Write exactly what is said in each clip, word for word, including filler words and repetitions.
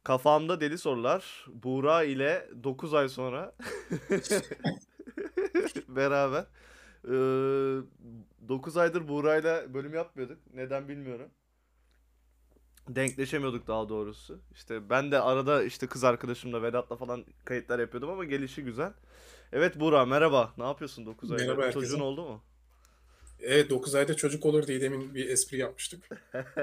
Kafamda Deli Sorular, Buğra ile dokuz ay sonra beraber. Ee, dokuz aydır Buğra'yla bölüm yapmıyorduk. Neden bilmiyorum. Denkleşemiyorduk daha doğrusu. İşte ben de arada işte kız arkadaşımla Vedat'la falan kayıtlar yapıyordum ama gelişi güzel. Evet Buğra, merhaba. Ne yapıyorsun dokuz ayda? Merhaba Çocuğun herkese. oldu mu? Evet, dokuz ayda çocuk olur diye demin bir espri yapmıştık.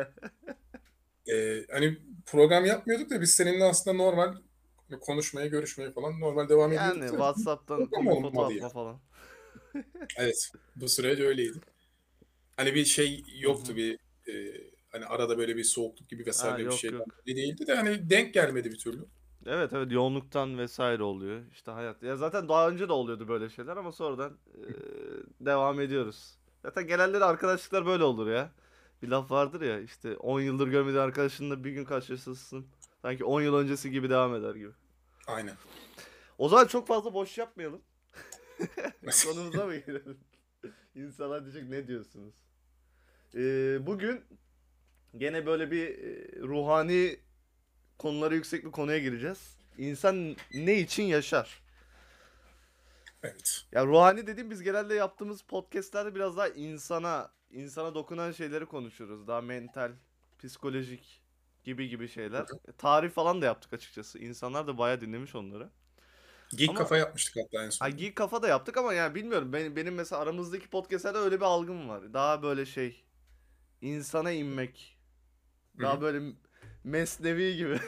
Ee, hani program yapmıyorduk da biz seninle aslında normal konuşmaya, görüşmeye falan normal devam Yani ediyorduk da WhatsApp'tan program komik foto olmadı atma yani. falan. Evet, bu sürece öyleydi. Hani bir şey Hı yoktu, hı. bir e, hani arada böyle bir soğukluk gibi Ha, vesaire bir yok şeyden yok. dolayı değildi de hani denk gelmedi bir türlü. Evet evet, yoğunluktan vesaire oluyor. İşte hayat. Ya zaten daha önce de oluyordu böyle şeyler ama sonradan eee, devam ediyoruz. Zaten genelde de arkadaşlıklar böyle olur ya. Bir laf vardır ya, işte on yıldır görmediğin arkadaşınla bir gün karşılaşırsın. Sanki on yıl öncesi gibi devam eder gibi. Aynen. O zaman çok fazla boş yapmayalım. Konumuza mı girelim? İnsanlar diyecek ne diyorsunuz? Eee, bugün gene böyle bir eee, ruhani konuları yüksek bir konuya gireceğiz. İnsan ne için yaşar? Evet. Ya ruhani dediğim, biz genelde yaptığımız podcastlerde biraz daha insana, insana dokunan şeyleri konuşuyoruz. Daha mental, psikolojik gibi gibi şeyler. E, tarih falan da yaptık açıkçası. İnsanlar da bayağı dinlemiş onları. Geek Ama kafa yapmıştık hatta en ha, son. geek kafa da yaptık ama yani bilmiyorum. Benim, benim mesela aramızdaki podcastlerde öyle bir algım var. Daha böyle şey, insana inmek. Hı Daha hı. böyle mesnevi gibi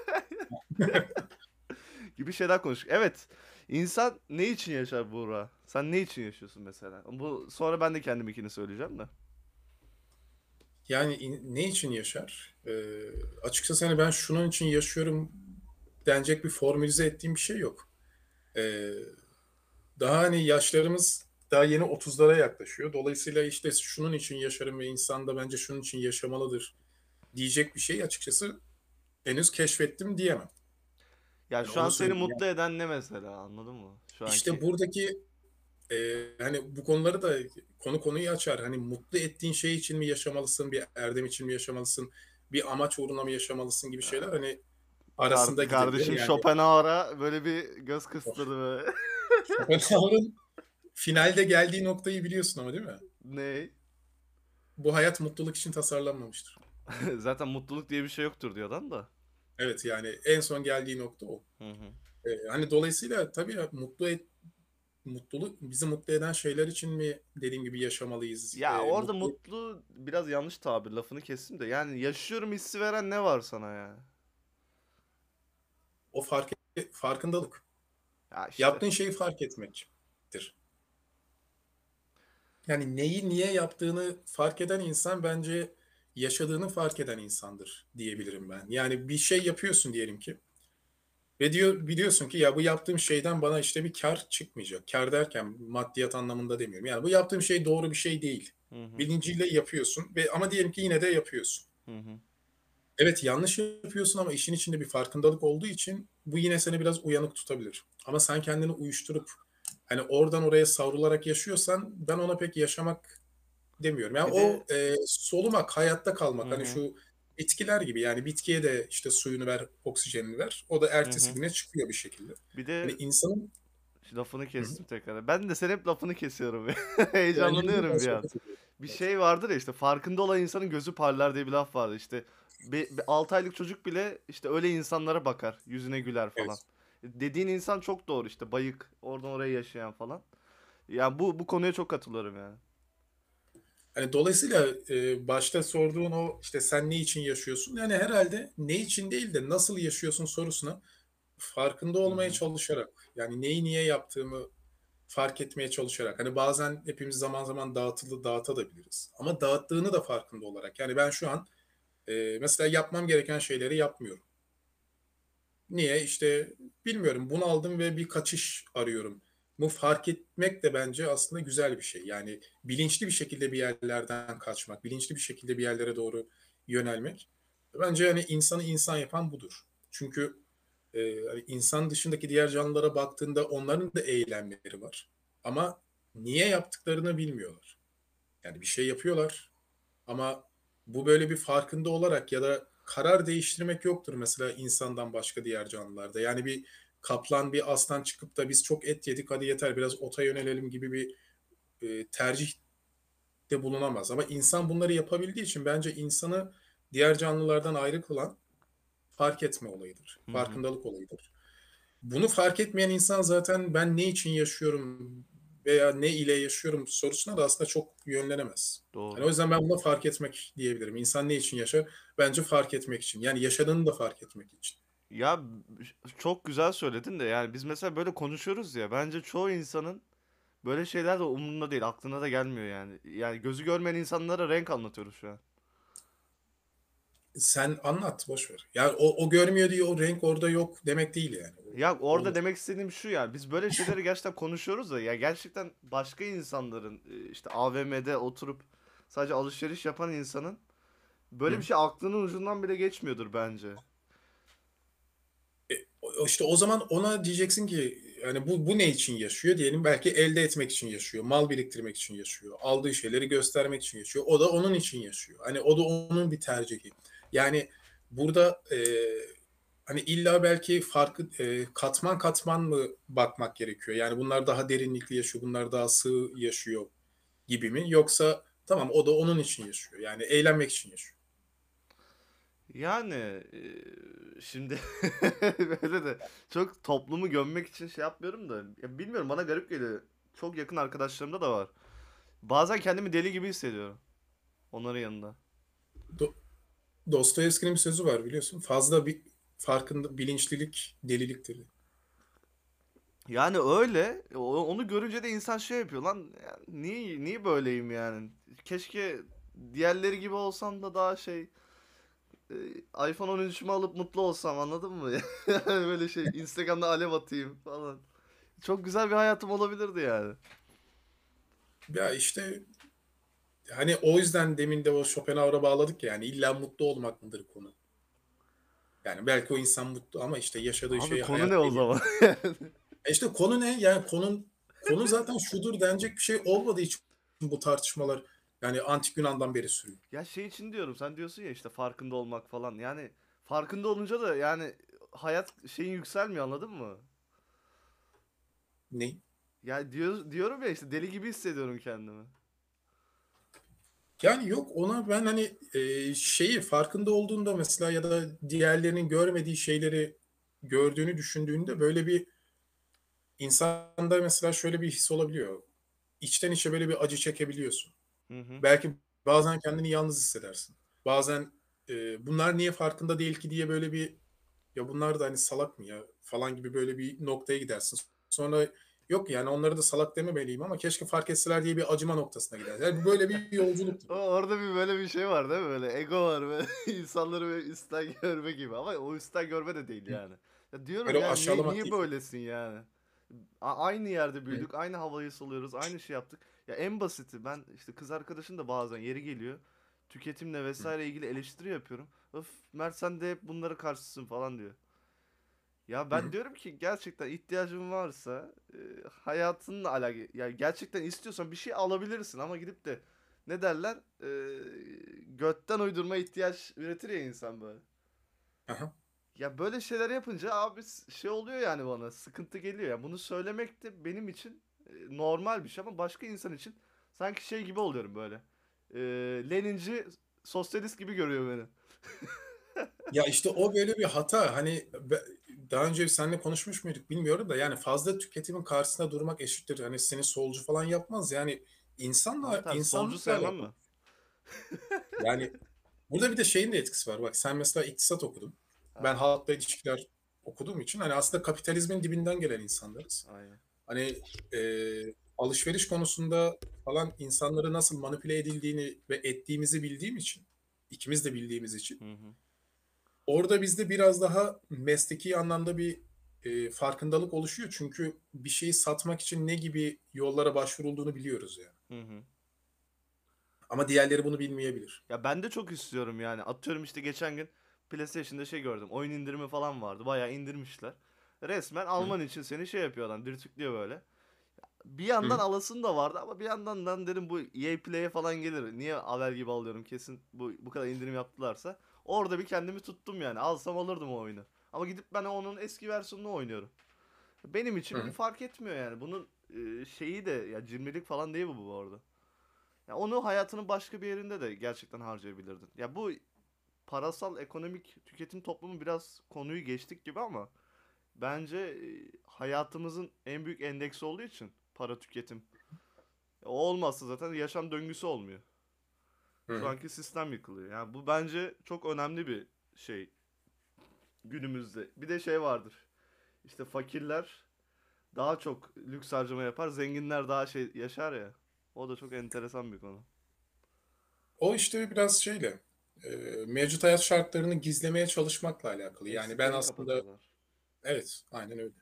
gibi şeyler konuştuk. Evet. İnsan ne için yaşar Buğra? Sen ne için yaşıyorsun mesela? Bu sonra ben de kendiminkini söyleyeceğim de. Yani in- ne için yaşar? Ee, açıkçası hani ben şunun için yaşıyorum denecek bir formülize ettiğim bir şey yok. Ee, Daha hani yaşlarımız daha yeni otuzlara yaklaşıyor. Dolayısıyla işte şunun için yaşarım ve insan da bence şunun için yaşamalıdır diyecek bir şey açıkçası henüz keşfettim diyemem. Ya Yani şu an onu seni söyleyeyim. Yani mutlu eden ne mesela, anladın mı? Şu işte anki. buradaki e, hani bu konuları da konu konuyu açar. Hani mutlu ettiğin şey için mi yaşamalısın, bir erdem için mi yaşamalısın, bir amaç uğruna mı yaşamalısın gibi şeyler hani Kar arasında gidebilir. kardeşim Yani Schopenhauer'a böyle bir göz kırptırdı böyle. Schopenhauer'ın finalde geldiği noktayı biliyorsun ama değil mi? Ne? Bu hayat mutluluk için tasarlanmamıştır. Zaten mutluluk diye bir şey yoktur diyor adam da. Evet yani en son geldiği nokta o. Hı hı. Ee, hani dolayısıyla tabii ya, mutlu et, mutluluk bizi mutlu eden şeyler için mi dediğim gibi yaşamalıyız? Ya Ee, orada mutlu mutlu biraz yanlış tabir, lafını kestim de. Yani yaşıyorum hissi veren ne var sana ya? o fark farkındalık. Ya işte. Yaptığın şeyi fark etmektir. Yani neyi niye yaptığını fark eden insan bence yaşadığını fark eden insandır diyebilirim ben. Yani bir şey yapıyorsun diyelim ki ve diyor biliyorsun ki ya bu yaptığım şeyden bana işte bir kar çıkmayacak. Kar derken maddiyat anlamında demiyorum. Yani bu yaptığım şey doğru bir şey değil. Hı hı. Bilinciyle yapıyorsun ve ama diyelim ki yine de yapıyorsun. Hı hı. Evet yanlış yapıyorsun ama işin içinde bir farkındalık olduğu için bu yine seni biraz uyanık tutabilir. Ama sen kendini uyuşturup hani oradan oraya savrularak yaşıyorsan ben ona pek yaşamak demiyorum. Yani Bir de o e, solumak, hayatta hı kalmak hani hı. şu bitkiler gibi yani bitkiye de işte suyunu ver, oksijenini ver. O da Hı ertesi hı. güne çıkıyor bir şekilde. Bir Hani de insanın lafını hı hı. kestim tekrar. Ben de senin hep lafını kesiyorum. Önemli değil ben Heyecanlanıyorum bir an. sohbet ediyorum. Bir Evet. şey vardır ya, işte farkında olan insanın gözü parlar diye bir laf vardı. İşte altı aylık çocuk bile işte öyle insanlara bakar, yüzüne güler falan. Evet. Dediğin insan çok doğru, işte bayık, oradan oraya yaşayan falan. Yani bu bu konuya çok katılıyorum yani. Hani dolayısıyla e, başta sorduğun o işte sen ne için yaşıyorsun? Yani herhalde ne için değil de nasıl yaşıyorsun sorusuna farkında Hı olmaya hı. çalışarak yani neyi niye yaptığımı fark etmeye çalışarak hani bazen hepimiz zaman zaman dağıtılı dağıtabiliriz ama dağıttığını da farkında olarak yani ben şu an e, mesela yapmam gereken şeyleri yapmıyorum. Niye? İşte bilmiyorum bunaldım ve bir kaçış arıyorum. Bu fark etmek de bence aslında güzel bir şey. Yani bilinçli bir şekilde bir yerlerden kaçmak, bilinçli bir şekilde bir yerlere doğru yönelmek. Bence yani insanı insan yapan budur. Çünkü e, hani insan dışındaki diğer canlılara baktığında onların da eylemleri var. Ama niye yaptıklarını bilmiyorlar. Yani bir şey yapıyorlar ama bu böyle bir farkında olarak ya da karar değiştirmek yoktur mesela insandan başka diğer canlılarda. Yani bir kaplan, bir aslan çıkıp da biz çok et yedik hadi yeter biraz ota yönelelim gibi bir e, tercihte bulunamaz. Ama insan bunları yapabildiği için bence insanı diğer canlılardan ayrı kılan fark etme olayıdır. Hı hı. Farkındalık olayıdır. Bunu fark etmeyen insan zaten ben ne için yaşıyorum veya ne ile yaşıyorum sorusuna da aslında çok yönlenemez. Yani o Doğru. yüzden ben buna fark etmek diyebilirim. İnsan ne için yaşar? Bence fark etmek için. Yani yaşadığını da fark etmek için. Ya çok güzel söyledin de yani biz mesela böyle konuşuyoruz ya bence çoğu insanın böyle şeyler de umurunda değil, aklına da gelmiyor yani. Yani gözü görmeyen insanlara renk anlatıyoruz şu an. Sen anlat, boş ver. Yani o, o görmüyor diye o renk orada yok demek değil yani. Ya O orada olur. demek istediğim şu, yani biz böyle şeyleri gerçekten konuşuyoruz da ya gerçekten başka insanların e, işte A V M'de oturup sadece alışveriş yapan insanın böyle bir Hı. şey aklının ucundan bile geçmiyordur bence. E, o- işte o zaman ona diyeceksin ki yani bu, bu ne için yaşıyor diyelim, belki elde etmek için yaşıyor, mal biriktirmek için yaşıyor, aldığı şeyleri göstermek için yaşıyor. O da onun için yaşıyor. Hani o da onun bir tercihi. Yani burada e, hani illa belki farkı e, katman katman mı bakmak gerekiyor? Yani bunlar daha derinlikli yaşıyor, bunlar daha sığ yaşıyor gibi mi? Yoksa tamam o da onun için yaşıyor. Yani eğlenmek için yaşıyor. Yani e, şimdi böyle de çok toplumu gömmek için şey yapmıyorum da ya bilmiyorum, bana garip geliyor. Çok yakın arkadaşlarımda da var. Bazen kendimi deli gibi hissediyorum onların yanında. Do Dostoyevski'nin bir sözü var biliyorsun. Fazla bir farkında bilinçlilik deliliktir. Yani öyle. O- Onu görünce de insan şey yapıyor lan. Ya niye niye böyleyim yani? Keşke diğerleri gibi olsam da daha şey e, iPhone on üçümü alıp mutlu olsam, anladın mı? Yani böyle şey Instagram'da alev atayım falan. Çok güzel bir hayatım olabilirdi yani. Ya işte hani o yüzden demin de o Schopenhauer'a bağladık ya, yani illa mutlu olmak mıdır konu? Yani belki o insan mutlu ama işte yaşadığı Abi şey konu ne hayat o değil. zaman? E işte konu ne? Yani konun konu zaten şudur denecek bir şey olmadığı için bu tartışmalar yani antik Yunan'dan beri sürüyor. Ya şey için diyorum, sen diyorsun ya işte farkında olmak falan. Yani farkında olunca da yani hayat şeyin yükselmiyor, anladın mı? Ne? Ya diyor, diyorum ya işte deli gibi hissediyorum kendimi. Yani yok ona ben hani e, şeyi farkında olduğunda mesela ya da diğerlerinin görmediği şeyleri gördüğünü düşündüğünde böyle bir insanda mesela şöyle bir his olabiliyor. İçten içe böyle bir acı çekebiliyorsun. Hı hı. Belki bazen kendini yalnız hissedersin. Bazen e, bunlar niye farkında değil ki diye böyle bir ya bunlar da hani salak mı ya falan gibi böyle bir noktaya gidersin. Sonra yok yani onları da salak dememeliyim ama keşke fark etseler diye bir acıma noktasına gider. Yani bu böyle bir yolculuktur. O- Orada bir böyle bir şey var değil mi? Böyle ego var ve insanları böyle üstten görme gibi. Ama o üstten görme de değil Hı. yani. Ya diyorum Böyle o ya niye aşağılamak niye değil. böylesin yani? A- aynı yerde Hı. büyüdük, aynı havayı soluyoruz, aynı şey yaptık. Ya en basiti, ben işte kız arkadaşım da bazen yeri geliyor. Tüketimle Hı. vesaire ilgili eleştiri yapıyorum. Öf Mert sen de hep bunlara karşısın falan diyor. Ya ben Hı. diyorum ki gerçekten ihtiyacın varsa e, hayatınla alakalı, yani gerçekten istiyorsan bir şey alabilirsin ama gidip de ne derler, e, götten uydurma ihtiyaç üretir ya insan böyle. Aha. Ya böyle şeyler yapınca abi s- şey oluyor yani, bana sıkıntı geliyor ya. Bunu söylemek de benim için e, normal bir şey ama başka insan için sanki şey gibi oluyorum böyle. E, Leninci sosyalist gibi görüyor beni. Ya işte o böyle bir hata. Hani be- daha önce seninle konuşmuş muyduk bilmiyorum da yani fazla tüketimin karşısında durmak eşittir. Hani seni solcu falan yapmaz. Yani Tam insanla tersi, solcu insanlıkla sevmem alakalı. mi? Yani burada bir de şeyin de etkisi var. Bak sen mesela iktisat okudun. Ben Aha, halkla ilişkiler okuduğum için hani aslında kapitalizmin dibinden gelen insanlarız. aynen. Hani e, alışveriş konusunda falan insanları nasıl manipüle edildiğini ve ettiğimizi bildiğim için, ikimiz de bildiğimiz için Hı hı. orada bizde biraz daha mesleki anlamda bir e, farkındalık oluşuyor. Çünkü bir şeyi satmak için ne gibi yollara başvurulduğunu biliyoruz yani. Hı hı. Ama diğerleri bunu bilmeyebilir. Ya ben de çok istiyorum yani. Atıyorum işte geçen gün PlayStation'da şey gördüm. Oyun indirimi falan vardı. Bayağı indirmişler. Resmen Hı? alman için seni şey yapıyor adam. Dürtüklüyor böyle. Bir yandan Hı. alasım da vardı ama bir yandan ben dedim bu E A Play'e falan gelir. Niye haber gibi alıyorum kesin bu bu kadar indirim yaptılarsa. Orada bir kendimi tuttum yani. Alsam alırdım o oyunu. Ama gidip ben onun eski versiyonunu oynuyorum. Benim için bir Hı. fark etmiyor yani. Bunun e, şeyi de ya cimrilik falan değil bu bu arada. Ya onu hayatının başka bir yerinde de gerçekten harcayabilirdin. Ya bu parasal ekonomik tüketim toplumu biraz konuyu geçtik gibi ama bence e, hayatımızın en büyük endeksi olduğu için para tüketim. O olmazsa zaten yaşam döngüsü olmuyor. Şu Hı. anki sistem yıkılıyor. Yani bu bence çok önemli bir şey günümüzde. Bir de şey vardır. İşte fakirler daha çok lüks harcama yapar, zenginler daha şey yaşar ya. O da çok enteresan bir konu. O işte biraz şeyle e, mevcut hayat şartlarını gizlemeye çalışmakla alakalı. Yani ben Eksiklerini aslında kapatıyorlar. evet, aynen öyle.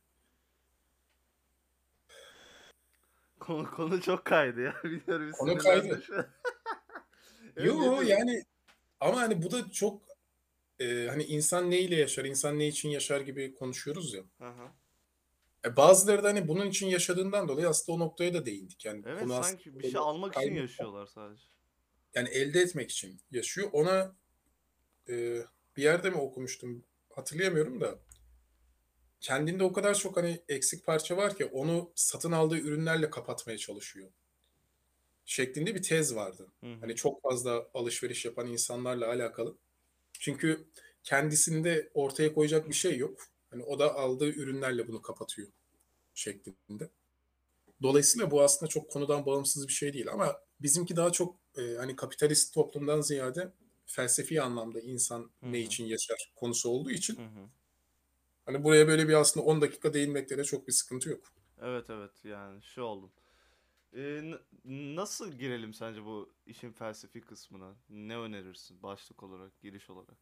Konu konu çok kaydı ya. Biliyorum bir Konu sinirlendi kaydı. şu an. Evet ne Yo diyordun? yani ama hani bu da çok e, hani insan neyle yaşar, insan ne için yaşar gibi konuşuyoruz ya. Aha. E, bazıları da hani bunun için yaşadığından dolayı aslında o noktaya da değindik. Yani Evet konu aslında sanki bir böyle şey almak için kaymak yaşıyorlar sadece. yani elde etmek için yaşıyor. Ona e, bir yerde mi okumuştum hatırlayamıyorum da kendinde o kadar çok hani eksik parça var ki onu satın aldığı ürünlerle kapatmaya çalışıyor şeklinde bir tez vardı. Hı Hani hı. çok fazla alışveriş yapan insanlarla alakalı. Çünkü kendisinde ortaya koyacak bir şey yok. Hani o da aldığı ürünlerle bunu kapatıyor şeklinde. Dolayısıyla bu aslında çok konudan bağımsız bir şey değil ama bizimki daha çok e, hani kapitalist toplumdan ziyade felsefi anlamda insan Hı ne hı. için yaşar konusu olduğu Hı için hı. hani buraya böyle bir aslında on dakika değinmekte de çok bir sıkıntı yok. Evet evet yani şu oldum. Ee, n- nasıl girelim sence bu işin felsefi kısmına? Ne önerirsin başlık olarak, giriş olarak?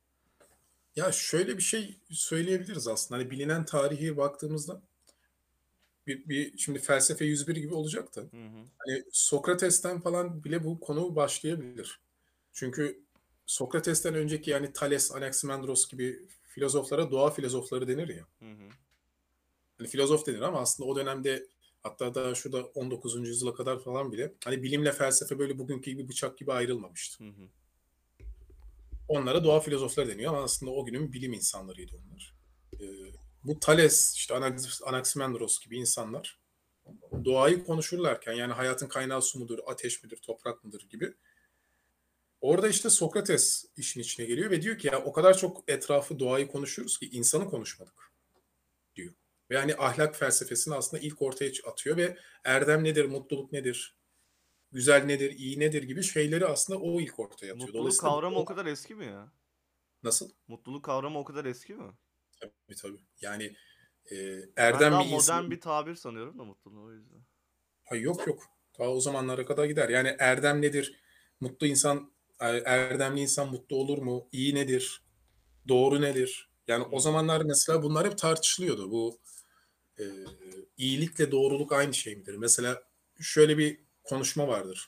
Ya şöyle bir şey söyleyebiliriz aslında. Hani bilinen tarihi baktığımızda bir, bir şimdi felsefe yüz bir gibi olacak da Hı hı. hani Sokrates'ten falan bile bu konu başlayabilir. Çünkü Sokrates'ten önceki yani Thales, Anaximandros gibi filozoflara doğa filozofları denir ya. Hı hı. Hani filozof denir ama aslında o dönemde hatta daha şurada on dokuzuncu yüzyıla kadar falan bile hani bilimle felsefe böyle bugünkü gibi bıçak gibi ayrılmamıştı. Hı hı. Onlara doğa filozofları deniyor ama aslında o günün bilim insanlarıydı onlar. Ee, bu Thales, işte Anaximandros gibi insanlar doğayı konuşurlarken yani hayatın kaynağı su mudur, ateş midir, toprak mıdır gibi. Orada işte Sokrates işin içine geliyor ve diyor ki ya o kadar çok etrafı doğayı konuşuyoruz ki insanı konuşmadık diyor. Ve hani ahlak felsefesini aslında ilk ortaya atıyor ve erdem nedir, mutluluk nedir, güzel nedir, iyi nedir gibi şeyleri aslında o ilk ortaya atıyor. Mutluluk Dolayısıyla kavramı o bu kadar eski mi ya? nasıl? Mutluluk kavramı o kadar eski mi? Tabii tabii. Yani e, Ben erdem daha bir insan. modern bir tabir sanıyorum da mutluluğu o yüzden. Ay yok yok. Ta o zamanlara kadar gider. Yani erdem nedir? Mutlu insan, e, erdemli insan mutlu olur mu? İyi nedir? Doğru nedir? Yani Hı o hı. zamanlar mesela bunlar hep tartışılıyordu. Bu e, iyilikle doğruluk aynı şey midir? Mesela şöyle bir konuşma vardır.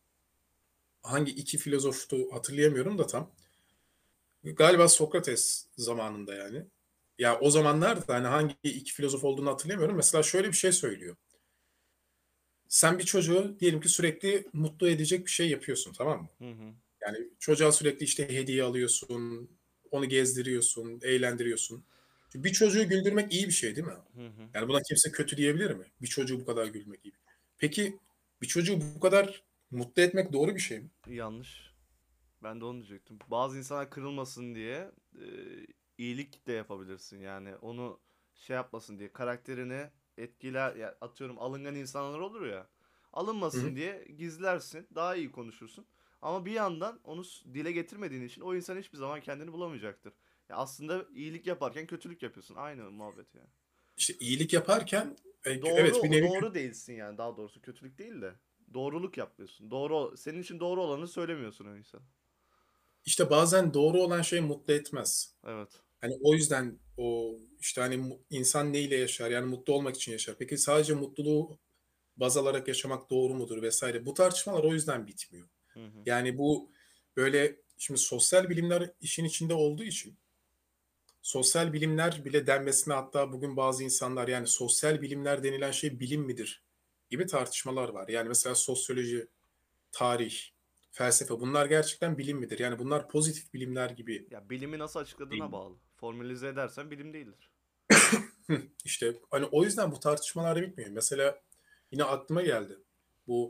Hangi iki filozoftu hatırlayamıyorum da tam. Galiba Sokrates zamanında yani. Ya o zamanlar da hani hangi iki filozof olduğunu hatırlamıyorum. Mesela şöyle bir şey söylüyor. Sen bir çocuğu diyelim ki sürekli mutlu edecek bir şey yapıyorsun, tamam mı? Hı hı. Yani çocuğa sürekli işte hediye alıyorsun, onu gezdiriyorsun, eğlendiriyorsun. Şimdi bir çocuğu güldürmek iyi bir şey değil mi? Hı hı. Yani buna kimse kötü diyebilir mi? Bir çocuğu bu kadar gülmek iyi. Peki bir çocuğu bu kadar mutlu etmek doğru bir şey mi? Yanlış. Ben de onu diyecektim. Bazı insanlar kırılmasın diye e, iyilik de yapabilirsin. Yani onu şey yapmasın diye karakterini etkiler ya atıyorum alıngan insanlar olur ya. Hı Alınmasın hı. diye gizlersin. Daha iyi konuşursun. Ama bir yandan onu s- dile getirmediğin için o insan hiçbir zaman kendini bulamayacaktır. Ya aslında iyilik yaparken kötülük yapıyorsun. Aynı muhabbet yani. İşte iyilik yaparken e, evet bir Doğru nevi doğru değilsin yani daha doğrusu kötülük değil de. Doğruluk yapıyorsun. Doğru senin için doğru olanı söylemiyorsun o insan. işte bazen doğru olan şey mutlu etmez. Evet. Hani o yüzden o işte hani mu- insan neyle yaşar? Yani mutlu olmak için yaşar. Peki sadece mutluluğu baz alarak yaşamak doğru mudur vesaire. Bu tartışmalar o yüzden bitmiyor. Hı hı. Yani bu böyle şimdi sosyal bilimler işin içinde olduğu için sosyal bilimler bile denmesine hatta bugün bazı insanlar yani sosyal bilimler denilen şey bilim midir gibi tartışmalar var. Yani mesela sosyoloji, tarih, felsefe bunlar gerçekten bilim midir? Yani bunlar pozitif bilimler gibi Ya bilimi nasıl açıkladığına değil. bağlı. Formülize edersen bilim değildir. İşte hani o yüzden bu tartışmalar bitmiyor. Mesela yine aklıma geldi. Bu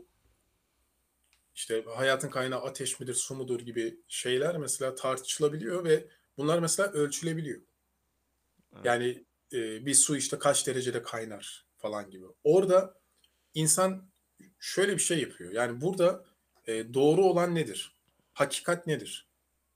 işte hayatın kaynağı ateş midir, su mudur gibi şeyler mesela tartışılabiliyor ve bunlar mesela ölçülebiliyor. Evet. Yani e, bir su işte kaç derecede kaynar falan gibi. Orada insan şöyle bir şey yapıyor. Yani burada e, doğru olan nedir? Hakikat nedir?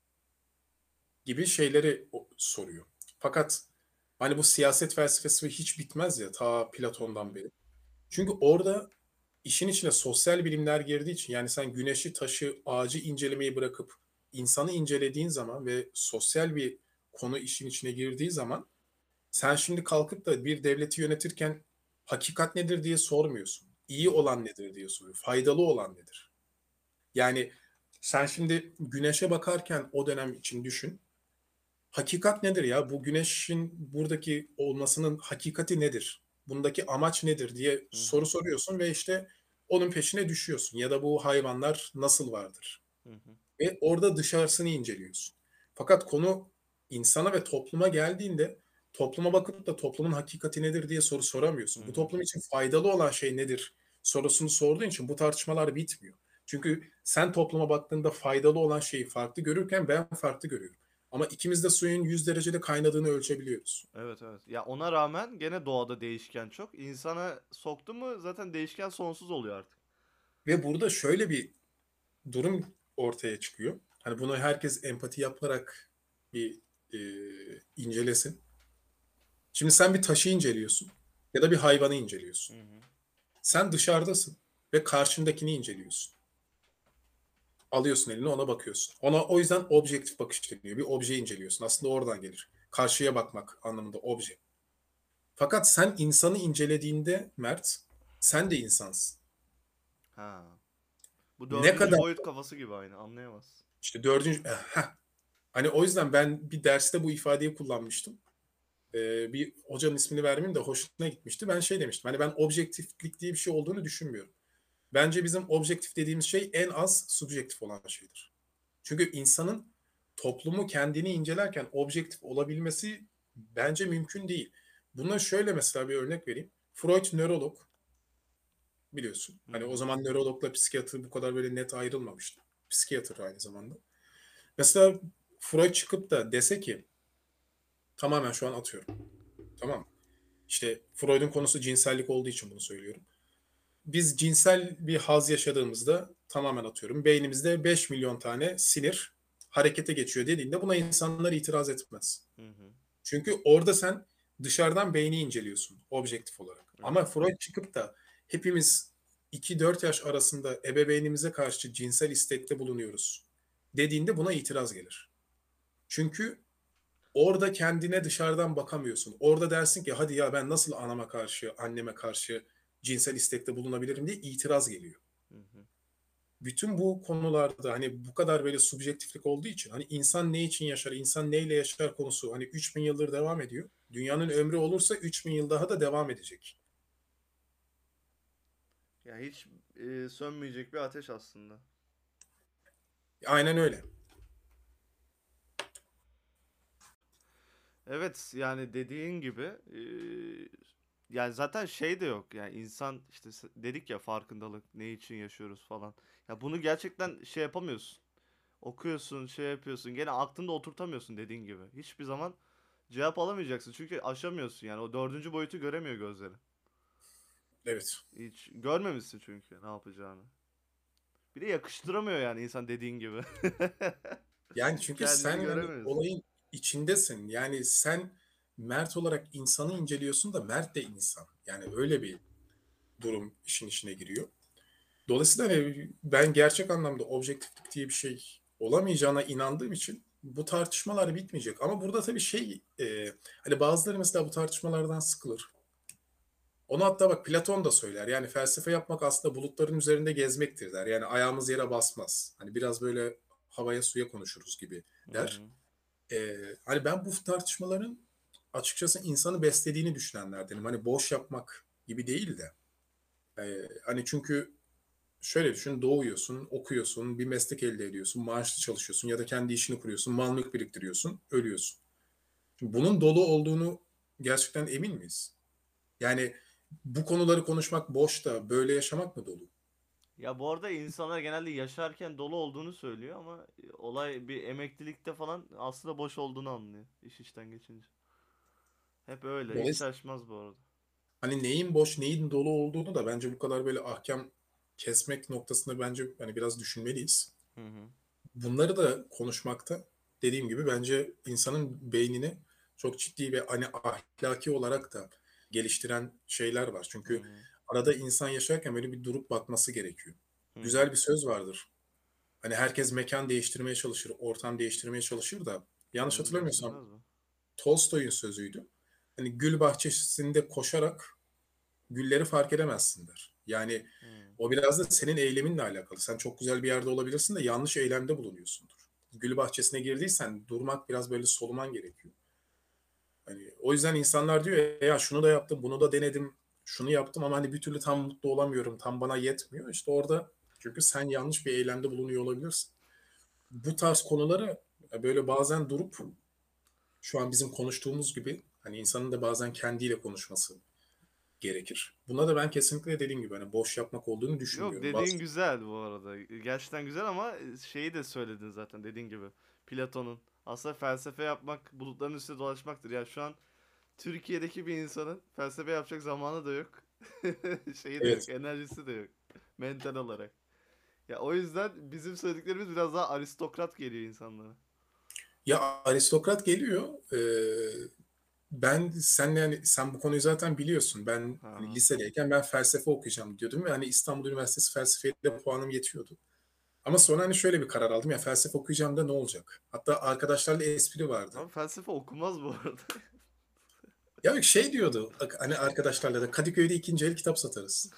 Gibi şeyleri o- soruyor. Fakat hani bu siyaset felsefesi hiç bitmez ya ta Hı Platon'dan hı. beri. Çünkü orada işin içine sosyal bilimler girdiği için yani sen güneşi, taşı, ağacı incelemeyi bırakıp insanı incelediğin zaman ve sosyal bir konu işin içine girdiği zaman sen şimdi kalkıp da bir devleti yönetirken hakikat nedir diye sormuyorsun. Hı İyi hı. olan nedir diye soruyor. Faydalı olan nedir? Yani sen şimdi güneşe bakarken o dönem için düşün. Hakikat nedir ya? Bu güneşin buradaki olmasının hakikati nedir? Bundaki amaç nedir diye Hı soru hı. soruyorsun ve işte onun peşine düşüyorsun. Ya da bu hayvanlar nasıl vardır? Hı hı. Ve orada dışarısını inceliyorsun. Fakat konu insana ve topluma geldiğinde topluma bakıp da toplumun hakikati nedir diye soru Hı soramıyorsun. Bu hı. toplum için faydalı olan şey nedir sorusunu sorduğun için bu tartışmalar bitmiyor. Çünkü sen topluma baktığında faydalı olan şeyi farklı görürken ben farklı görüyorum. Ama ikimiz de suyun yüz derecede kaynadığını ölçebiliyoruz. Evet, evet. Ya ona rağmen gene doğada değişken çok. İnsana soktu mu zaten değişken sonsuz oluyor artık. Ve burada şöyle bir durum ortaya çıkıyor. Hani bunu herkes empati yaparak bir e, incelesin. Şimdi sen bir taşı inceliyorsun ya da bir hayvanı Hı inceliyorsun. hı. Sen dışarıdasın ve karşındakini inceliyorsun. Alıyorsun eline ona bakıyorsun. Ona o yüzden objektif bakış deniyor. Bir objeyi inceliyorsun. Aslında oradan gelir. Karşıya bakmak anlamında obje. Fakat sen insanı incelediğinde Mert, sen de insansın. Ha. Bu Ne dördüncü kadar boyut kafası gibi aynı. Anlayamaz. işte dördüncü... Eh, heh. Hani o yüzden ben bir derste bu ifadeyi kullanmıştım. Ee, bir hocanın ismini vermeyeyim de hoşuna gitmişti. Ben şey demiştim. Hani ben objektiflik diye bir şey olduğunu düşünmüyorum. Bence bizim objektif dediğimiz şey en az subjektif olan şeydir. Çünkü insanın toplumu kendini incelerken objektif olabilmesi bence mümkün değil. Buna şöyle mesela bir örnek vereyim. Freud nörolog biliyorsun. Hı Hani o hı. zaman nörologla psikiyatr bu kadar böyle net ayrılmamıştı. Psikiyatr aynı zamanda. Mesela Freud çıkıp da dese ki tamamen şu an atıyorum. Tamam. İşte Freud'un konusu cinsellik olduğu için bunu söylüyorum. Biz cinsel bir haz yaşadığımızda tamamen atıyorum beynimizde beş milyon tane sinir harekete geçiyor dediğinde buna insanlar itiraz etmez. Hı hı. Çünkü orada sen dışarıdan beyni inceliyorsun objektif olarak. Evet. Ama Freud çıkıp da hepimiz iki dört yaş arasında ebeveynimize karşı cinsel istekte bulunuyoruz dediğinde buna itiraz gelir. Çünkü orada kendine dışarıdan bakamıyorsun. Orada dersin ki hadi ya ben nasıl anama karşı, anneme karşı cinsel istekte bulunabilirim diye itiraz geliyor. Hı hı. Bütün bu konularda hani bu kadar böyle subjektiflik olduğu için hani insan ne için yaşar, insan neyle yaşar konusu hani üç bin yıldır devam ediyor. Dünyanın ömrü olursa üç bin yıl daha da devam edecek. Ya hiç e, sönmeyecek bir ateş aslında. Aynen öyle. Evet, yani dediğin gibi e, yani zaten şey de yok. Yani insan işte s- dedik ya, farkındalık, ne için yaşıyoruz falan. Ya bunu gerçekten şey yapamıyorsun. Okuyorsun, şey yapıyorsun. Gene aklında oturtamıyorsun dediğin gibi. Hiçbir zaman cevap alamayacaksın. Çünkü aşamıyorsun yani. O dördüncü boyutu göremiyor gözleri. Evet. Hiç görmemişsin çünkü ne yapacağını. Bir de yakıştıramıyor yani insan dediğin gibi. Yani çünkü Kendini sen hani göremiyorsun. olayın içindesin. Yani sen Mert olarak insanı inceliyorsun da Mert de insan. Yani öyle bir durum işin içine giriyor. Dolayısıyla hani ben gerçek anlamda objektiflik diye bir şey olamayacağına inandığım için bu tartışmalar bitmeyecek. Ama burada tabii şey e, hani bazıları mesela bu tartışmalardan sıkılır. Onu hatta bak Platon da söyler. Yani felsefe yapmak aslında bulutların üzerinde gezmektir der. Yani ayağımız yere basmaz. Hani biraz böyle havaya suya konuşuruz gibi Hı der. hı. E, hani ben bu tartışmaların açıkçası insanı beslediğini düşünenlerdenim. Hani boş yapmak gibi değil de. Ee, hani çünkü şöyle düşün, doğuyorsun, okuyorsun, bir meslek elde ediyorsun, maaşlı çalışıyorsun ya da kendi işini kuruyorsun, mal mülk biriktiriyorsun, ölüyorsun. Şimdi bunun dolu olduğunu gerçekten emin miyiz? Yani bu konuları konuşmak boş da böyle yaşamak mı dolu? Ya bu arada insanlar genelde yaşarken dolu olduğunu söylüyor ama olay bir emeklilikte falan aslında boş olduğunu anlıyor iş işten geçince. Hep öyle. Hiç Dolayısıyla şaşmaz bu arada. hani neyin boş, neyin dolu olduğunu da bence bu kadar böyle ahkam kesmek noktasında bence hani biraz düşünmeliyiz. Hı hı. Bunları da konuşmakta dediğim gibi bence insanın beynini çok ciddi ve hani ahlaki olarak da geliştiren şeyler var. Hı Çünkü hı. arada insan yaşarken böyle bir durup bakması gerekiyor. Hı hı. Güzel bir söz vardır. Hani herkes mekan değiştirmeye çalışır, ortam değiştirmeye çalışır da yanlış Kendini hatırlamıyorsam değiştirmez mi? Tolstoy'un sözüydü. Hani gül bahçesinde koşarak gülleri fark edemezsin der. Yani Hı. o biraz da senin eyleminle alakalı. Sen çok güzel bir yerde olabilirsin de yanlış eylemde bulunuyorsundur. Gül bahçesine girdiysen durmak biraz böyle soluman gerekiyor. Hani o yüzden insanlar diyor ya, ya şunu da yaptım, bunu da denedim, şunu yaptım ama hani bir türlü tam mutlu olamıyorum, tam bana yetmiyor. İşte orada çünkü sen yanlış bir eylemde bulunuyor olabilirsin. Bu tarz konuları böyle bazen durup şu an bizim konuştuğumuz gibi hani insanın da bazen kendiyle konuşması gerekir. Buna da ben kesinlikle dediğim gibi hani boş yapmak olduğunu Yok, düşünmüyorum. dediğin Bazı, güzel bu arada. Gerçekten güzel ama şeyi de söyledin zaten dediğin gibi. Platon'un. Aslında felsefe yapmak bulutların üstünde dolaşmaktır. Ya şu an Türkiye'deki bir insanın felsefe yapacak zamanı da yok. Şeyi de yok. evet. Enerjisi de yok. Mental olarak. Ya o yüzden bizim söylediklerimiz biraz daha aristokrat geliyor insanlara. Ya aristokrat geliyor. Ee, ben senle yani sen bu konuyu zaten biliyorsun. Ben Ha hani ha. lisedeyken ben felsefe okuyacağım diyordum ve hani İstanbul Üniversitesi felsefeyle puanım yetiyordu. Ama sonra hani şöyle bir karar aldım ya felsefe okuyacağım da ne olacak? Hatta arkadaşlarla espri vardı. Ama felsefe okunmaz bu arada. Ya şey diyordu hani arkadaşlarla da Kadıköy'de ikinci el kitap satarız.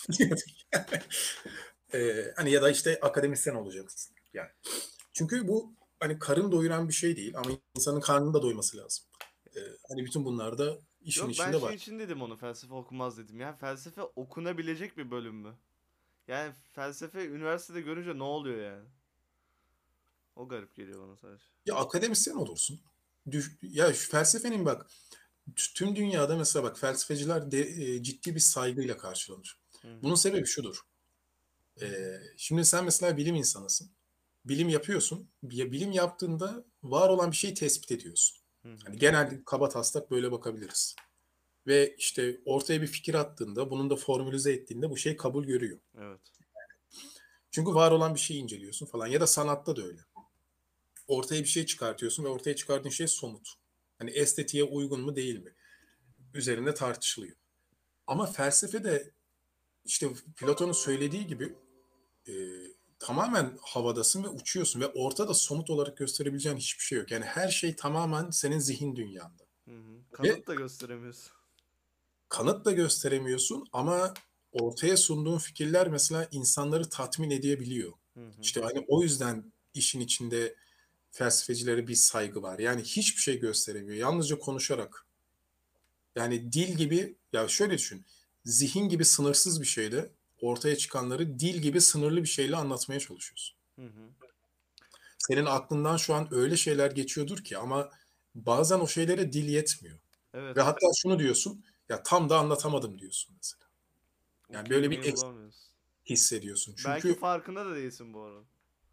Ee, hani ya da işte akademisyen olacaksın. Yani. Çünkü bu hani karın doyuran bir şey değil ama insanın karnını da doyması lazım. Ee, hani bütün bunlar da işin Yok, ben içinde şey var. için dedim onu, felsefe okunmaz dedim. Yani felsefe okunabilecek bir bölüm mü? Yani felsefe üniversitede görünce ne oluyor yani? O garip geliyor bana sadece. Ya akademisyen olursun. Düş- ya şu felsefenin bak tüm dünyada mesela bak felsefeciler de e, ciddi bir saygıyla karşılanır. Hı Bunun hı. sebebi şudur. Ee, şimdi sen mesela bilim insanısın. Bilim yapıyorsun. Ya bilim yaptığında var olan bir şeyi tespit ediyorsun. Hı Hani hı. genel kaba taslak böyle bakabiliriz. Ve işte ortaya bir fikir attığında, bunun da formülize ettiğinde bu şey kabul görüyor. Evet. Çünkü var olan bir şeyi inceliyorsun falan. Ya da sanatta da öyle. Ortaya bir şey çıkartıyorsun ve ortaya çıkardığın şey somut. Hani estetiğe uygun mu değil mi? Üzerinde tartışılıyor. Ama felsefede işte Platon'un söylediği gibi e, tamamen havadasın ve uçuyorsun ve ortada somut olarak gösterebileceğin hiçbir şey yok. Yani her şey tamamen senin zihin dünyanda. Hı hı. Ve Kanıt da gösteremiyorsun. kanıt da gösteremiyorsun ama ortaya sunduğun fikirler mesela insanları tatmin edebiliyor. Hı hı. İşte hani o yüzden işin içinde felsefecilere bir saygı var. Yani hiçbir şey gösteremiyor. Yalnızca konuşarak. Yani dil gibi ya şöyle düşün. Zihin gibi sınırsız bir şeyle ortaya çıkanları dil gibi sınırlı bir şeyle anlatmaya çalışıyorsun. Hı hı. Senin aklından şu an öyle şeyler geçiyordur ki ama bazen o şeylere dil yetmiyor. Ve Evet. hatta şunu diyorsun ya tam da anlatamadım diyorsun mesela. O Yani böyle bir kelimeyi bulamıyorsun. hissediyorsun. Belki Çünkü farkında da değilsin bu arada.